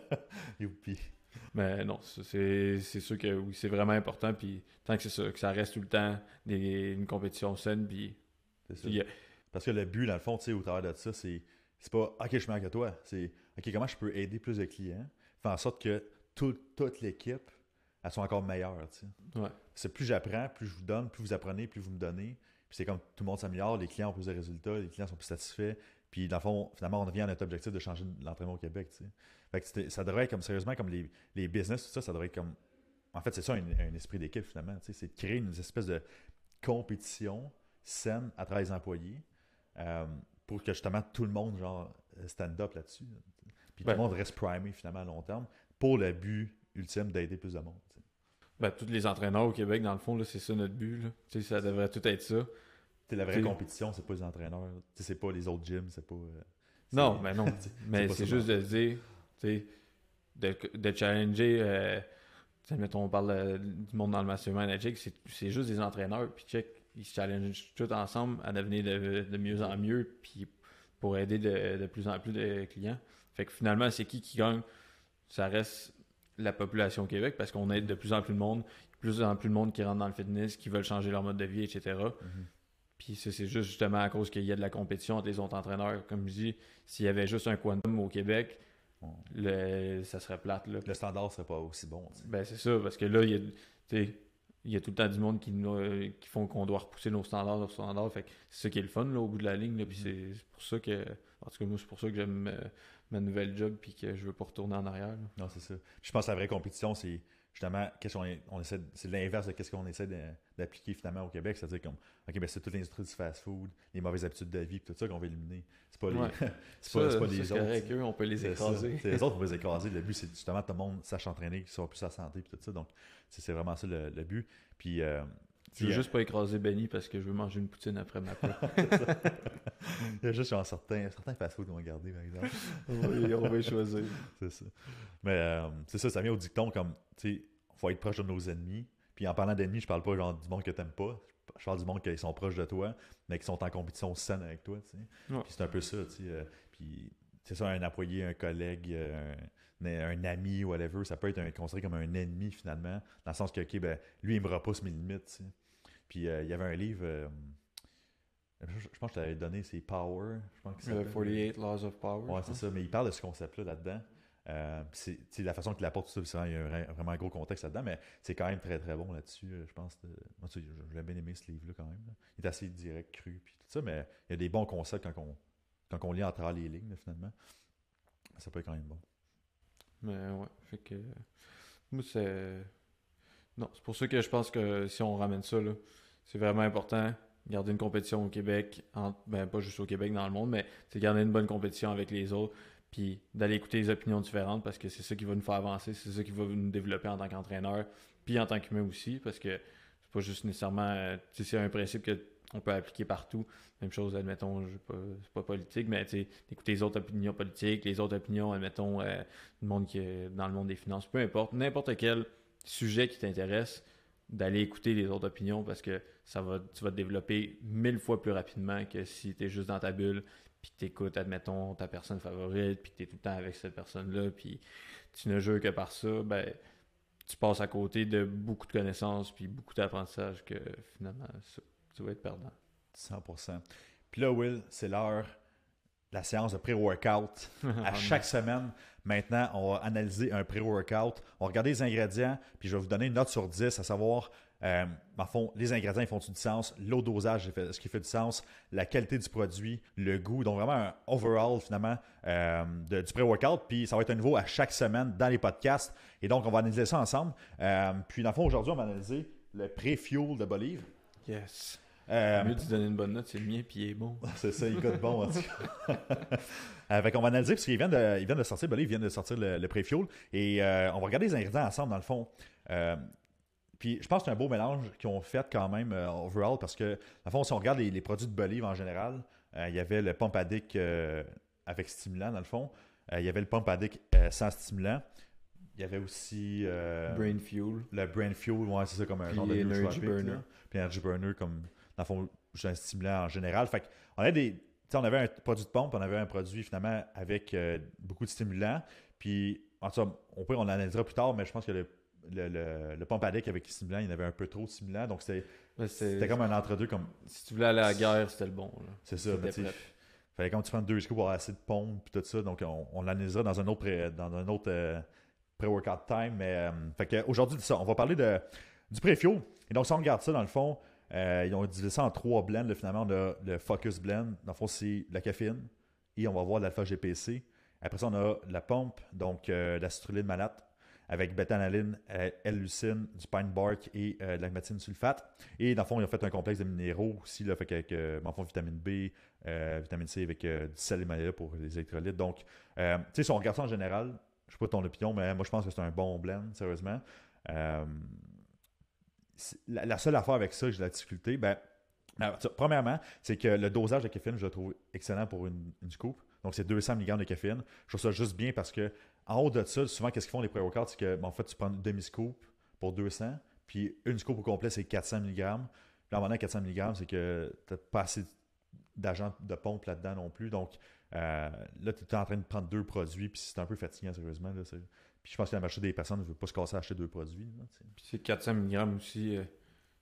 Youpi. Mais non, c'est, c'est sûr que oui, c'est vraiment important. Puis tant que c'est ça, que ça reste tout le temps des, une compétition saine. Puis. C'est ça. Puis, parce que le but, dans le fond, tu sais, au travers de ça, c'est, c'est pas OK, je suis meilleur que toi. C'est OK, comment je peux aider plus de clients, faire en sorte que tout, toute l'équipe, elle soit encore meilleure. Tu sais. Ouais. C'est plus j'apprends, plus je vous donne, plus vous apprenez, plus vous me donnez. Puis c'est comme tout le monde s'améliore, les clients ont plus de résultats, les clients sont plus satisfaits. Puis dans le fond, finalement, on revient à notre objectif de changer l'entraînement au Québec. Tu sais. Fait que ça devrait être comme sérieusement comme les, les business, tout ça, ça devrait être comme. En fait, c'est ça un, un esprit d'équipe finalement. Tu sais, c'est de créer une espèce de compétition saine à travers les employés. Euh, pour que justement tout le monde genre stand up là-dessus. Puis ben, tout le monde reste primé finalement à long terme pour le but ultime d'aider plus de monde. Ben, tous les entraîneurs au Québec, dans le fond, là, c'est ça notre but. Là. Ça devrait tout être ça. T'sais, la vraie T'sais... compétition, c'est pas les entraîneurs. T'sais, c'est pas les autres gyms. C'est pas. Euh, c'est... Non, mais non. mais c'est, c'est juste de dire, de, de challenger. Euh, mettons, on parle euh, du monde dans le mastermind Magic, c'est, c'est juste des entraîneurs. Puis check. Ils se challengent tous ensemble à devenir de, de mieux en mieux puis pour aider de, de plus en plus de clients. Fait que finalement, c'est qui qui gagne? Ça reste la population au Québec parce qu'on aide de plus en plus de monde, de plus en plus de monde qui rentre dans le fitness, qui veulent changer leur mode de vie, et cetera. Mm-hmm. Puis c'est, c'est juste justement à cause qu'il y a de la compétition entre les autres entraîneurs. Comme je dis, s'il y avait juste un Quantum au Québec, mm. le, ça serait plate. Là. Le standard serait pas aussi bon. T'sais. Ben c'est ça, parce que là, il y a... T'sais, il y a tout le temps du monde qui, euh, qui font qu'on doit repousser nos standards, nos standards. Fait que c'est ça qui est le fun là, au bout de la ligne. Là, puis c'est, c'est pour ça que. En tout cas, moi, c'est pour ça que j'aime euh, ma nouvelle job puis que je veux pas retourner en arrière. Là. Non, c'est ça. Je pense que la vraie compétition, c'est justement qu'est-ce qu'on est, on essaie de, c'est l'inverse de ce qu'on essaie de, d'appliquer finalement au Québec. C'est-à-dire comme OK, ben c'est toute l'industrie du fast-food, les mauvaises habitudes de vie, puis tout ça qu'on va éliminer. C'est pas les, ouais. c'est pas, ça, c'est pas les c'est autres. Correct, eux, on peut les écraser. C'est, c'est les autres, on peut les écraser. Le but, c'est justement que tout le monde sache entraîner, qu'ils soient plus à santé, puis tout ça. Donc, c'est, c'est vraiment ça le, le but. Puis, euh, je veux euh, juste pas écraser Benny parce que je veux manger une poutine après ma peur. Il y a juste genre, certains, certains fast-food qu'on va garder, par exemple. Oui, on va y choisir. C'est ça. Mais euh, c'est ça, ça vient au dicton comme, tu sais, il faut être proche de nos ennemis. Puis en parlant d'ennemis, je parle pas genre du monde que t'aimes pas. Je parle du monde qui sont proches de toi, mais qui sont en compétition saine avec toi, tu sais. Ouais. Puis c'est un peu ça, tu sais. Euh, puis c'est ça, un employé, un collègue, un, un ami, whatever, ça peut être un, considéré comme un ennemi finalement, dans le sens que, OK, ben, lui, il me repousse mes limites, tu sais. Puis euh, il y avait un livre, euh, je, je pense que je t'avais donné, c'est Power. Je pense que c'est uh, forty-eight Laws of Power. Ouais, c'est ça, mais il parle de ce concept-là là-dedans. Euh, c'est, c'est la façon qu'il apporte tout ça, il y a un, vraiment un gros contexte là-dedans, mais c'est quand même très très bon là-dessus, je pense. De, moi, tu sais, je l'ai bien aimé ce livre-là quand même. Là. Il est assez direct, cru, puis tout ça, mais il y a des bons concepts quand on, quand on lit à travers les lignes, là, finalement. Ça peut être quand même bon. Mais ouais, fait que. Moi, c'est. Non, c'est pour ça que je pense que si on ramène ça, là, c'est vraiment important. Garder une compétition au Québec, en, ben pas juste au Québec, dans le monde, mais c'est garder une bonne compétition avec les autres, puis d'aller écouter les opinions différentes parce que c'est ça qui va nous faire avancer, c'est ça qui va nous développer en tant qu'entraîneur, puis en tant qu'humain aussi, parce que c'est pas juste nécessairement. Tu sais, c'est un principe qu'on peut appliquer partout. Même chose, admettons, je pas, c'est pas politique, mais tu sais, d'écouter les autres opinions politiques, les autres opinions, admettons, euh, du monde qui est dans le monde des finances, peu importe, n'importe quel sujet qui t'intéresse, d'aller écouter les autres opinions parce que ça va, tu vas te développer mille fois plus rapidement que si tu es juste dans ta bulle puis que tu écoutes, admettons, ta personne favorite puis que tu es tout le temps avec cette personne-là puis tu ne jures que par ça, ben tu passes à côté de beaucoup de connaissances puis beaucoup d'apprentissage que finalement, ça, tu vas être perdant. cent pour cent. Puis là, Will, c'est l'heure, la séance de pré-workout. À chaque semaine, maintenant, on va analyser un pré-workout. On va regarder les ingrédients, puis je vais vous donner une note sur dix, à savoir, euh, en fond, les ingrédients, ils font-tu du sens? L'eau dosage, est-ce qui fait du sens? La qualité du produit, le goût. Donc, vraiment un overall, finalement, euh, de, du pré-workout. Puis, ça va être un nouveau à chaque semaine dans les podcasts. Et donc, on va analyser ça ensemble. Euh, puis, dans le fond, aujourd'hui, on va analyser le pré-fuel de Bolive. Yes. Euh, mieux de donner une bonne note, c'est le mien, puis il est bon. C'est ça, il goûte bon en tout cas. euh, fait qu'on va analyser, parce qu'il vient de, il vient de sortir, ben là, il vient de sortir le, le pré-fuel, et euh, on va regarder les ingrédients ensemble dans le fond. Euh, puis je pense que c'est un beau mélange qu'ils ont fait quand même euh, overall, parce que dans le fond, si on regarde les, les produits de Bolive en général, euh, il y avait le Pump Addict euh, avec stimulant dans le fond, euh, il y avait le Pump Addict euh, sans stimulant. Il y avait aussi euh, Brain Fuel. Le Brain Fuel, ouais, c'est ça, comme un puis genre de Energy Burner. Puis Energy Burner, comme dans le fond, j'ai un stimulant en général. Fait qu'on avait des. On avait un produit de pompe, on avait un produit finalement avec euh, beaucoup de stimulants. Puis, en tout cas, on peut, on l'analysera plus tard, mais je pense que le, le, le, le Pump Addict avec stimulant, il y en avait un peu trop de stimulants. Donc, c'était, ouais, c'était comme un entre-deux. Comme... Si tu voulais aller à la guerre, c'était le bon. Là. C'est ça. Il fallait comme tu prends deux scoops pour avoir assez de pompe et tout ça. Donc, on, on l'analysera dans un autre, pré, dans un autre euh, pré-workout time. Mais, euh, fait que, aujourd'hui, ça, on va parler de, du pré-fuel. Et donc, si on regarde ça, dans le fond, Euh, ils ont divisé ça en trois blends. Là, finalement, on a le Focus Blend. Dans le fond, c'est la caféine. Et on va voir l'alpha-G P C. Après ça, on a la pompe, donc euh, la citrulline malate, avec bêta-alanine, euh, L-leucine, du pine bark et euh, de la lacmatine sulfate. Et dans le fond, ils ont fait un complexe de minéraux aussi, là, fait avec euh, dans le fond, vitamine B, euh, vitamine C avec euh, du sel et malais pour les électrolytes. Donc, euh, tu sais, si on regarde ça en général, je ne sais pas ton opinion, mais moi, je pense que c'est un bon blend, sérieusement. Euh, La, la seule affaire avec ça, j'ai de la difficulté, ben, alors, premièrement, c'est que le dosage de caféine, je le trouve excellent pour une, une scoop. Donc, c'est deux cents milligrammes de caféine. Je trouve ça juste bien parce que en haut de ça, souvent, qu'est-ce qu'ils font les pré-workouts? C'est que, ben, en fait, tu prends une demi-scoop pour deux cents, puis une scoop au complet, c'est quatre cents milligrammes. Puis, en maintenant, quatre cents milligrammes, c'est que tu n'as pas assez d'agent de pompe là-dedans non plus. Donc, euh, là, tu es en train de prendre deux produits, puis c'est un peu fatigant, sérieusement. Là, c'est... Puis je pense que la majorité des personnes ne veulent pas se casser à acheter deux produits. Là, puis c'est quatre cents milligrammes aussi. Euh,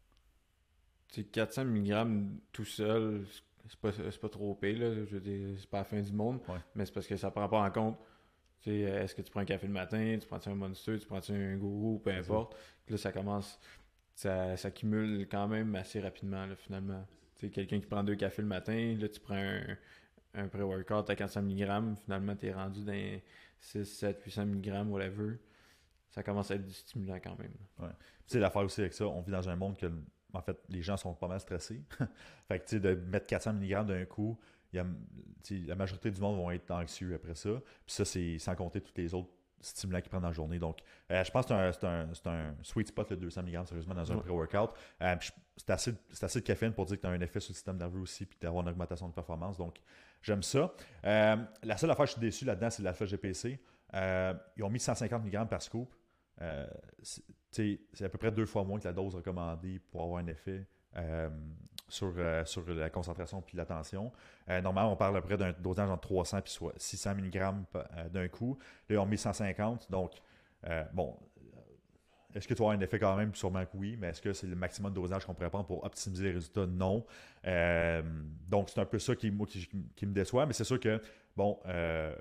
c'est quatre cents milligrammes tout seul, c'est pas, c'est pas trop pire. Là, je veux dire, c'est pas la fin du monde. Ouais. Mais c'est parce que ça prend pas en compte. Tu sais, est-ce que tu prends un café le matin, tu prends un Monster, tu prends un Gourou, peu importe. Puis là, ça commence, ça s'accumule quand même assez rapidement, là, finalement. Tu sais, quelqu'un qui prend deux cafés le matin, là, tu prends un, un pré-workout à quatre cents milligrammes, finalement, tu es rendu dans six, sept, huit cents milligrammes, whatever. Ça commence à être du stimulant quand même. Ouais. Tu sais, l'affaire aussi avec ça, on vit dans un monde que, en fait, les gens sont pas mal stressés. Fait que, tu sais, de mettre quatre cents milligrammes d'un coup, il y a, la majorité du monde vont être anxieux après ça. Puis ça, c'est sans compter tous les autres stimulants qu'ils prennent dans la journée. Donc, euh, je pense que c'est un, c'est un, c'est un sweet spot, le deux cents milligrammes, sérieusement, dans un ouais. pré-workout. Euh, c'est, assez, c'est assez de caféine pour dire que tu as un effet sur le système nerveux aussi, puis d'avoir une augmentation de performance. Donc, j'aime ça. Euh, la seule affaire que je suis déçu là-dedans, c'est l'alpha-G P C. Euh, ils ont mis cent cinquante milligrammes par scoop. Euh, c'est, c'est à peu près deux fois moins que la dose recommandée pour avoir un effet euh, sur, euh, sur la concentration puis l'attention. Euh, normalement, on parle à peu près d'un dosage entre trois cents et six cents milligrammes d'un coup. Là, ils ont mis cent cinquante. Donc, euh, bon, est-ce que tu vas avoir un effet quand même? Sûrement que oui, mais est-ce que c'est le maximum de dosage qu'on pourrait prendre pour optimiser les résultats? Non. Euh, donc, c'est un peu ça qui, moi, qui, qui me déçoit, mais c'est sûr que, bon, euh,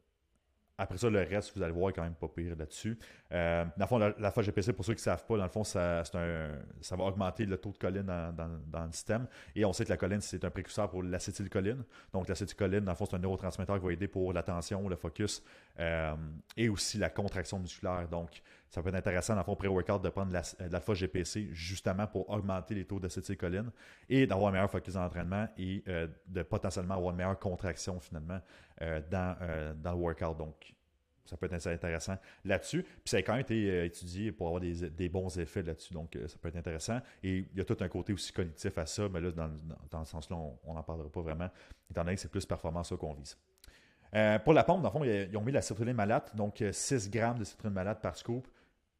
après ça, le reste, vous allez voir, est quand même pas pire là-dessus. Euh, dans le fond, l'alpha-G P C, pour ceux qui ne savent pas, dans le fond, ça, c'est un, ça va augmenter le taux de choline dans, dans, dans le système. Et on sait que la choline, c'est un précurseur pour l'acétylcholine. Donc, l'acétylcholine, dans le fond, c'est un neurotransmetteur qui va aider pour l'attention, le focus euh, et aussi la contraction musculaire. Donc, ça peut être intéressant, dans le fond, pré-workout, de prendre l'alpha-G P C justement pour augmenter les taux d'acétylcholine et d'avoir un meilleur focus d'entraînement et euh, de potentiellement avoir une meilleure contraction, finalement, euh, dans, euh, dans le workout. Donc, ça peut être intéressant là-dessus. Puis ça a quand même été euh, étudié pour avoir des, des bons effets là-dessus. Donc, euh, ça peut être intéressant. Et il y a tout un côté aussi cognitif à ça, mais là, dans, dans, dans ce sens-là, on n'en parlera pas vraiment, étant donné que c'est plus performance ça qu'on vise. Euh, pour la pompe, dans le fond, ils ont mis la citrulline malate, donc six grammes de citrulline malate par scoop.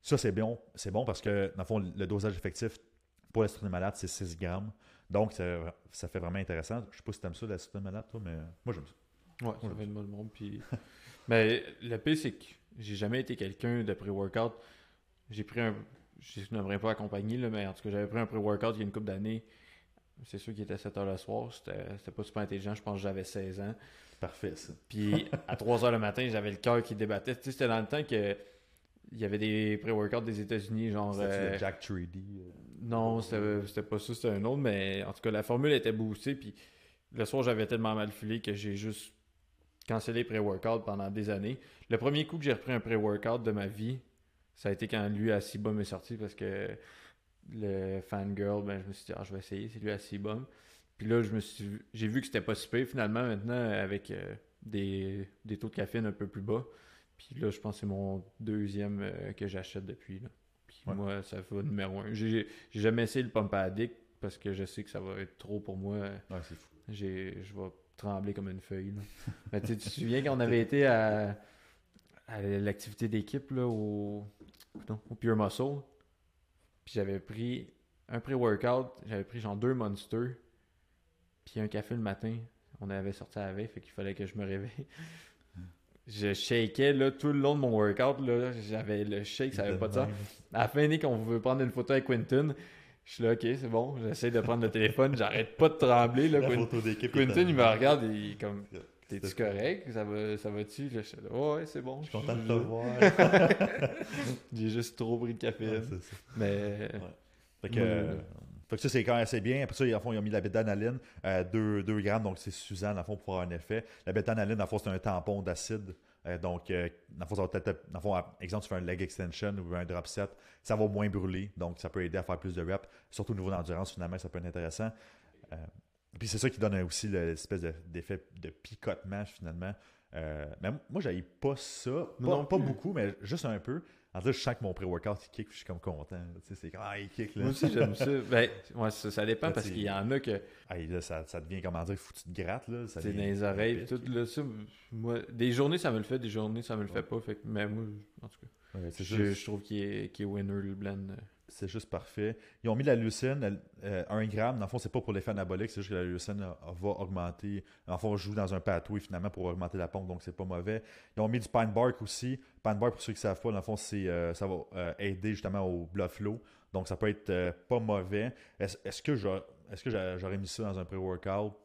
ça, c'est bon, c'est bon parce que, dans le fond, le dosage effectif pour la citronne malade, c'est six grammes. Donc, ça, ça fait vraiment intéressant. Je sais pas si tu aimes ça, la citronne malade, toi, mais moi, j'aime ça. Ouais, ça fait de bon monde. Puis... mais le pire, c'est que j'ai jamais été quelqu'un de pré-workout. J'ai pris un. Je ne n'aimerais pas accompagner, là, mais en tout cas, j'avais pris un pré-workout il y a une couple d'années. C'est sûr qu'il était sept heures le soir. C'était, c'était pas super intelligent. Je pense que j'avais seize ans. Parfait, ça. Puis à trois heures le matin, j'avais le cœur qui débattait. Tu sais, c'était dans le temps que il y avait des pré-workouts des États-Unis, genre. C'était euh... le Jack trois D. Euh... Non, c'était, c'était pas ça, c'était un autre, mais en tout cas, la formule était boostée. Puis le soir, j'avais tellement mal filé que j'ai juste cancellé les pré-workouts pendant des années. Le premier coup que j'ai repris un pré-workout de ma vie, ça a été quand lui à C-Bum est sorti parce que le Fangirl, ben, je me suis dit, ah, je vais essayer, c'est lui à C-Bum. Puis là, je me suis, j'ai vu que c'était pas si pire finalement maintenant avec euh, des, des taux de caféine un peu plus bas. Puis là, je pense que c'est mon deuxième euh, que j'achète depuis. Là. Puis ouais. Moi, ça va numéro un. J'ai, j'ai jamais essayé le Pump Addict parce que je sais que ça va être trop pour moi. Ouais, c'est fou. J'ai, je vais trembler comme une feuille. Mais tu te souviens quand on avait été à, à l'activité d'équipe là, au, non, au Pure Muscle? Puis j'avais pris un pré-workout, j'avais pris genre deux Monsters, puis un café le matin. On avait sorti à la veille, fait qu'il fallait que je me réveille. Je shakeais là, tout le long de mon workout. Là, j'avais le shake, ça n'avait pas de sens. À la fin d'année, quand on veut prendre une photo avec Quentin, je suis là, ok, c'est bon. J'essaie de prendre le téléphone, j'arrête pas de trembler. Là, la Quint... photo d'équipe. Quentin, il me regarde et il est comme, t'es-tu correct? Ça, va, ça va-tu? Je suis là, oh, ouais, c'est bon. Je suis content de te voir. J'ai juste trop pris de café. Ouais, c'est ça. Mais. Ouais. Fait que. Euh... Fait que ça, c'est quand même assez bien. Après ça, en fond, ils ont mis la bêta-analyne, euh, deux grammes, donc c'est Suzanne, en fond, pour avoir un effet. La bêta-analyne, en fond, c'est un tampon d'acide. Euh, donc, euh, en fond, ça va peut-être, en fond, exemple, tu fais un leg extension ou un drop set, ça va moins brûler. Donc, ça peut aider à faire plus de reps. Surtout au niveau d'endurance, finalement, ça peut être intéressant. Euh, puis c'est ça qui donne aussi l'espèce de, d'effet de picotement, finalement. Euh, mais moi, j'avais pas ça. Pas, non, pas beaucoup, mais juste un peu. En fait, je sens que mon pré-workout, il kick, puis je suis comme content. Tu sais, c'est comme, ah, il kick, là. Moi aussi, j'aime ça. Ben, ouais, ça, ça dépend là, parce qu'il y en a que... Ah, là, ça, ça devient, comment dire, faut que tu te grattes, là. C'est dans les oreilles, puis tout, là, ça, moi, des journées, ça me le fait, des journées, ça me le fait pas, fait que, mais moi, en tout cas, ouais, je, juste... je trouve qu'il est, qu'il est winner, le blend. C'est juste parfait. Ils ont mis la leucine, euh, un gramme. Dans le fond, c'est pas pour l'effet anabolique, c'est juste que la leucine euh, va augmenter. En fond, on joue dans un pathway finalement pour augmenter la pompe, donc c'est pas mauvais. Ils ont mis du pine bark aussi. Pine bark, pour ceux qui ne savent pas, dans le fond, c'est, euh, ça va euh, aider justement au blood flow. Donc ça peut être euh, pas mauvais. Est-ce, est-ce que, j'aurais, est-ce que j'aurais mis ça dans un pré-workout?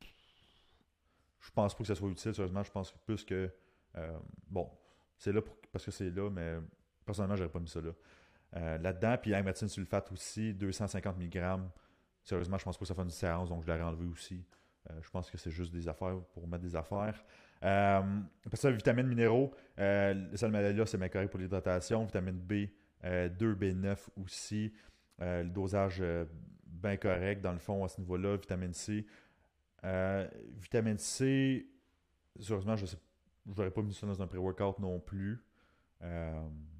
Je pense pas que ça soit utile, sérieusement. Je pense plus que. Euh, bon, c'est là pour, parce que c'est là, mais personnellement, j'aurais pas mis ça là. Euh, là-dedans, puis l'agmatine sulfate aussi, deux cent cinquante milligrammes. Sérieusement, je pense pas que ça fait une différence, donc je l'aurais enlevé aussi. Euh, je pense que c'est juste des affaires pour mettre des affaires. Euh, après ça, vitamines minéraux. Euh, le salmonella, c'est bien correct pour l'hydratation. Vitamine B, euh, deux, B neuf aussi. Euh, le dosage euh, bien correct, dans le fond, à ce niveau-là. Vitamine C. Euh, vitamine C, sérieusement, je n'aurais pas mis ça dans un pré-workout non plus. Euh,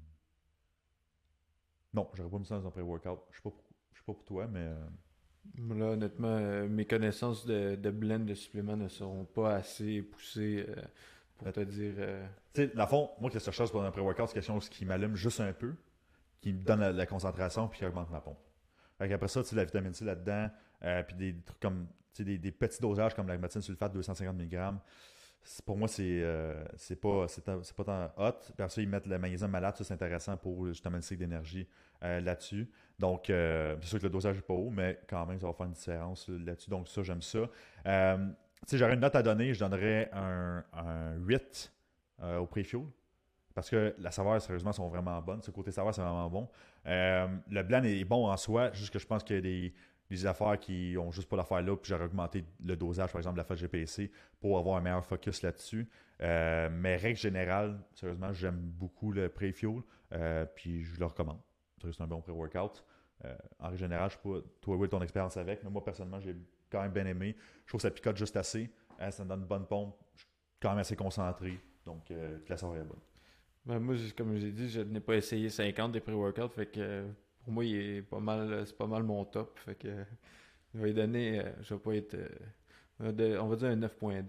Non, j'aurais pas mis ça dans un pré-workout. Je sais pas, je sais pas pour toi, mais... Là, honnêtement, euh, mes connaissances de, de blend de suppléments ne seront pas assez poussées euh, pour te dire... Euh... Tu sais, dans le fond, moi, qu'est-ce que je cherche pour un pré-workout, c'est quelque chose qui m'allume juste un peu, qui me donne la, la concentration, puis qui augmente ma pompe. Fait après ça, tu sais, la vitamine C là-dedans, euh, puis des trucs comme... Tu sais, des, des petits dosages comme la l'agmatine sulfate, deux cent cinquante milligrammes. Pour moi, c'est, euh, c'est, pas, c'est, c'est pas tant hot. Puis après ça, ils mettent le magnésium malade. Ça, c'est intéressant pour justement le cycle d'énergie euh, là-dessus. Donc, euh, c'est sûr que le dosage n'est pas haut, mais quand même, ça va faire une différence là-dessus. Donc, ça, j'aime ça. Euh, tu sais, j'aurais une note à donner. Je donnerais un, un huit euh, au pré-fuel. Parce que la saveur, sérieusement, sont vraiment bonnes. Ce côté saveur, c'est vraiment bon. Euh, le blend est bon en soi. Juste que je pense qu'il y a des... des affaires qui ont juste pas l'affaire là, puis j'aurais augmenté le dosage, par exemple, de la F G P C pour avoir un meilleur focus là-dessus. Euh, mais règle générale, sérieusement, j'aime beaucoup le pré-fuel, euh, puis je le recommande. C'est un bon pré-workout. Euh, en règle générale, je sais pas, toi, Will, ton expérience avec, mais moi, personnellement, j'ai quand même bien aimé. Je trouve que ça picote juste assez. Hein, ça me donne une bonne pompe. Je suis quand même assez concentré. Donc, euh, la saveur est bonne. Ben, moi, comme j'ai dit, je n'ai pas essayé cinquante des pré-workouts, fait que... Pour moi, il est pas mal, c'est pas mal mon top. Fait que, je vais lui donner, je vais pas être, on va dire un neuf virgule deux.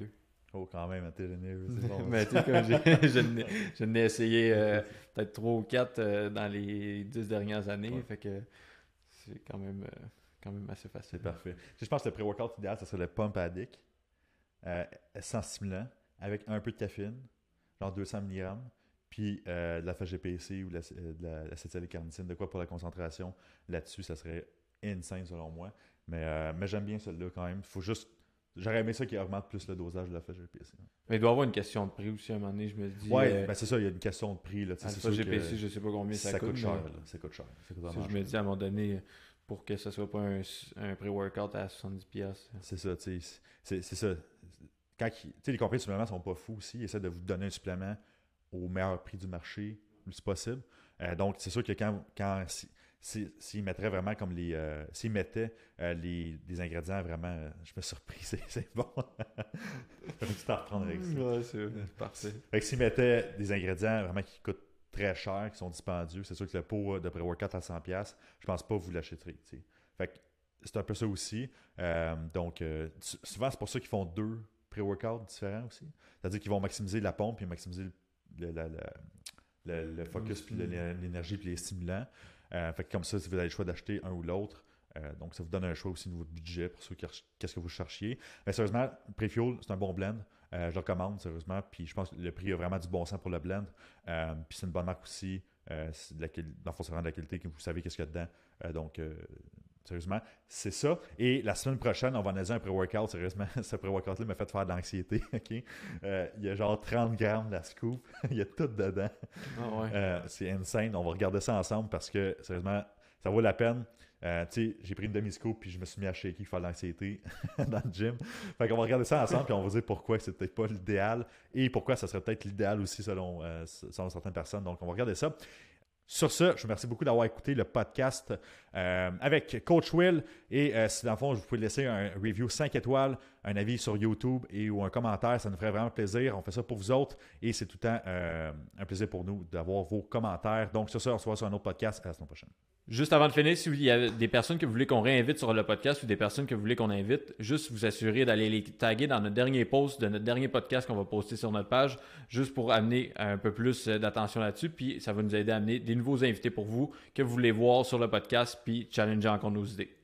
Oh, quand même, t'es généreux, c'est bon. Mais tu sais, comme j'ai, je n'ai, je n'ai essayé euh, peut-être trois ou quatre euh, dans les dix dernières années, Ouais. fait que c'est quand même, euh, quand même assez facile. C'est parfait. Je pense que le pré-workout idéal, ce serait le Pump Addict, euh, sans stimulant, avec un peu de caféine, genre deux cents milligrammes, puis euh, de la F G P C ou de la, euh, de la, l'acétylcarnitine, de quoi pour la concentration. Là-dessus, ça serait insane selon moi. Mais, euh, mais j'aime bien celui-là quand même. Faut juste... J'aurais aimé ça qui augmente plus le dosage de la F G P C. Mais il doit y avoir une question de prix aussi à un moment donné, je me dis. Ouais, euh, ben c'est ça, il y a une question de prix. Là, tu sais, c'est Alpha sûr G P C, que je sais pas combien ça, ça coûte. coûte cher. mais Là, ça coûte cher. Ça coûte si vraiment je me cher. dis à un moment donné, pour que ce soit pas un, un pré-workout à soixante-dix dollars. C'est ça, tu sais. C'est, c'est ça. Quand ils- tu sais, les compagnies de suppléments sont pas fous aussi. Ils essaient de vous donner un supplément au meilleur prix du marché le plus possible. Euh, donc, c'est sûr que quand, quand si- si- s'ils mettraient vraiment comme les. Euh, s'ils mettaient euh, les, des ingrédients vraiment. euh, je me suis surpris, c'est, c'est bon. J'ai tout à reprendre avec ça. Ouais, c'est parfait. Fait que s'ils mettaient des ingrédients vraiment qui coûtent très cher, qui sont dispendieux, c'est sûr que le pot de pré-workout à cent dollars, je pense pas que vous l'achèterez. T'sais. Fait que c'est un peu ça aussi. Euh, donc, euh, souvent, c'est pour ça qu'ils font deux pré-workouts différents aussi. C'est-à-dire qu'ils vont maximiser la pompe et maximiser le, le, le, le, le focus, puis le, l'énergie, puis les stimulants. Euh, fait que comme ça, si vous avez le choix d'acheter un ou l'autre, euh, donc ça vous donne un choix aussi au niveau de budget pour ceux qui qu'est-ce que vous cherchiez. Mais sérieusement, Pre-Fuel, c'est un bon blend. Euh, je le recommande sérieusement. Puis je pense que le prix a vraiment du bon sens pour le blend. Euh, puis c'est une bonne marque aussi. Euh, c'est de la, dans le fond, c'est vraiment de la qualité que vous savez qu'est-ce qu'il y a dedans. Euh, donc, euh, sérieusement, c'est ça. Et la semaine prochaine, on va analyser un pré-workout. Sérieusement, ce pré-workout-là m'a fait faire de l'anxiété. Okay? Euh, il y a genre trente grammes de la scoop. Il y a tout dedans. Ah ouais. Euh, c'est insane. On va regarder ça ensemble parce que, sérieusement, ça vaut la peine. Euh, tu sais, j'ai pris une demi-scoop puis je me suis mis à shaker, faire de l'anxiété dans le gym. Fait qu'on va regarder ça ensemble puis on va dire pourquoi c'est peut-être pas l'idéal et pourquoi ça serait peut-être l'idéal aussi selon, euh, selon certaines personnes. Donc, on va regarder ça. Sur ce, je vous remercie beaucoup d'avoir écouté le podcast euh, avec Coach Will. Et euh, si dans le fond, vous pouvez laisser un review cinq étoiles, un avis sur YouTube et ou un commentaire, ça nous ferait vraiment plaisir. On fait ça pour vous autres et c'est tout le temps euh, un plaisir pour nous d'avoir vos commentaires. Donc sur ce, on se voit sur un autre podcast. À la semaine prochaine. Juste avant de finir, si il y a des personnes que vous voulez qu'on réinvite sur le podcast ou des personnes que vous voulez qu'on invite, juste vous assurer d'aller les taguer dans notre dernier post de notre dernier podcast qu'on va poster sur notre page, juste pour amener un peu plus d'attention là-dessus. Puis ça va nous aider à amener des nouveaux invités pour vous que vous voulez voir sur le podcast puis challenger encore nos idées.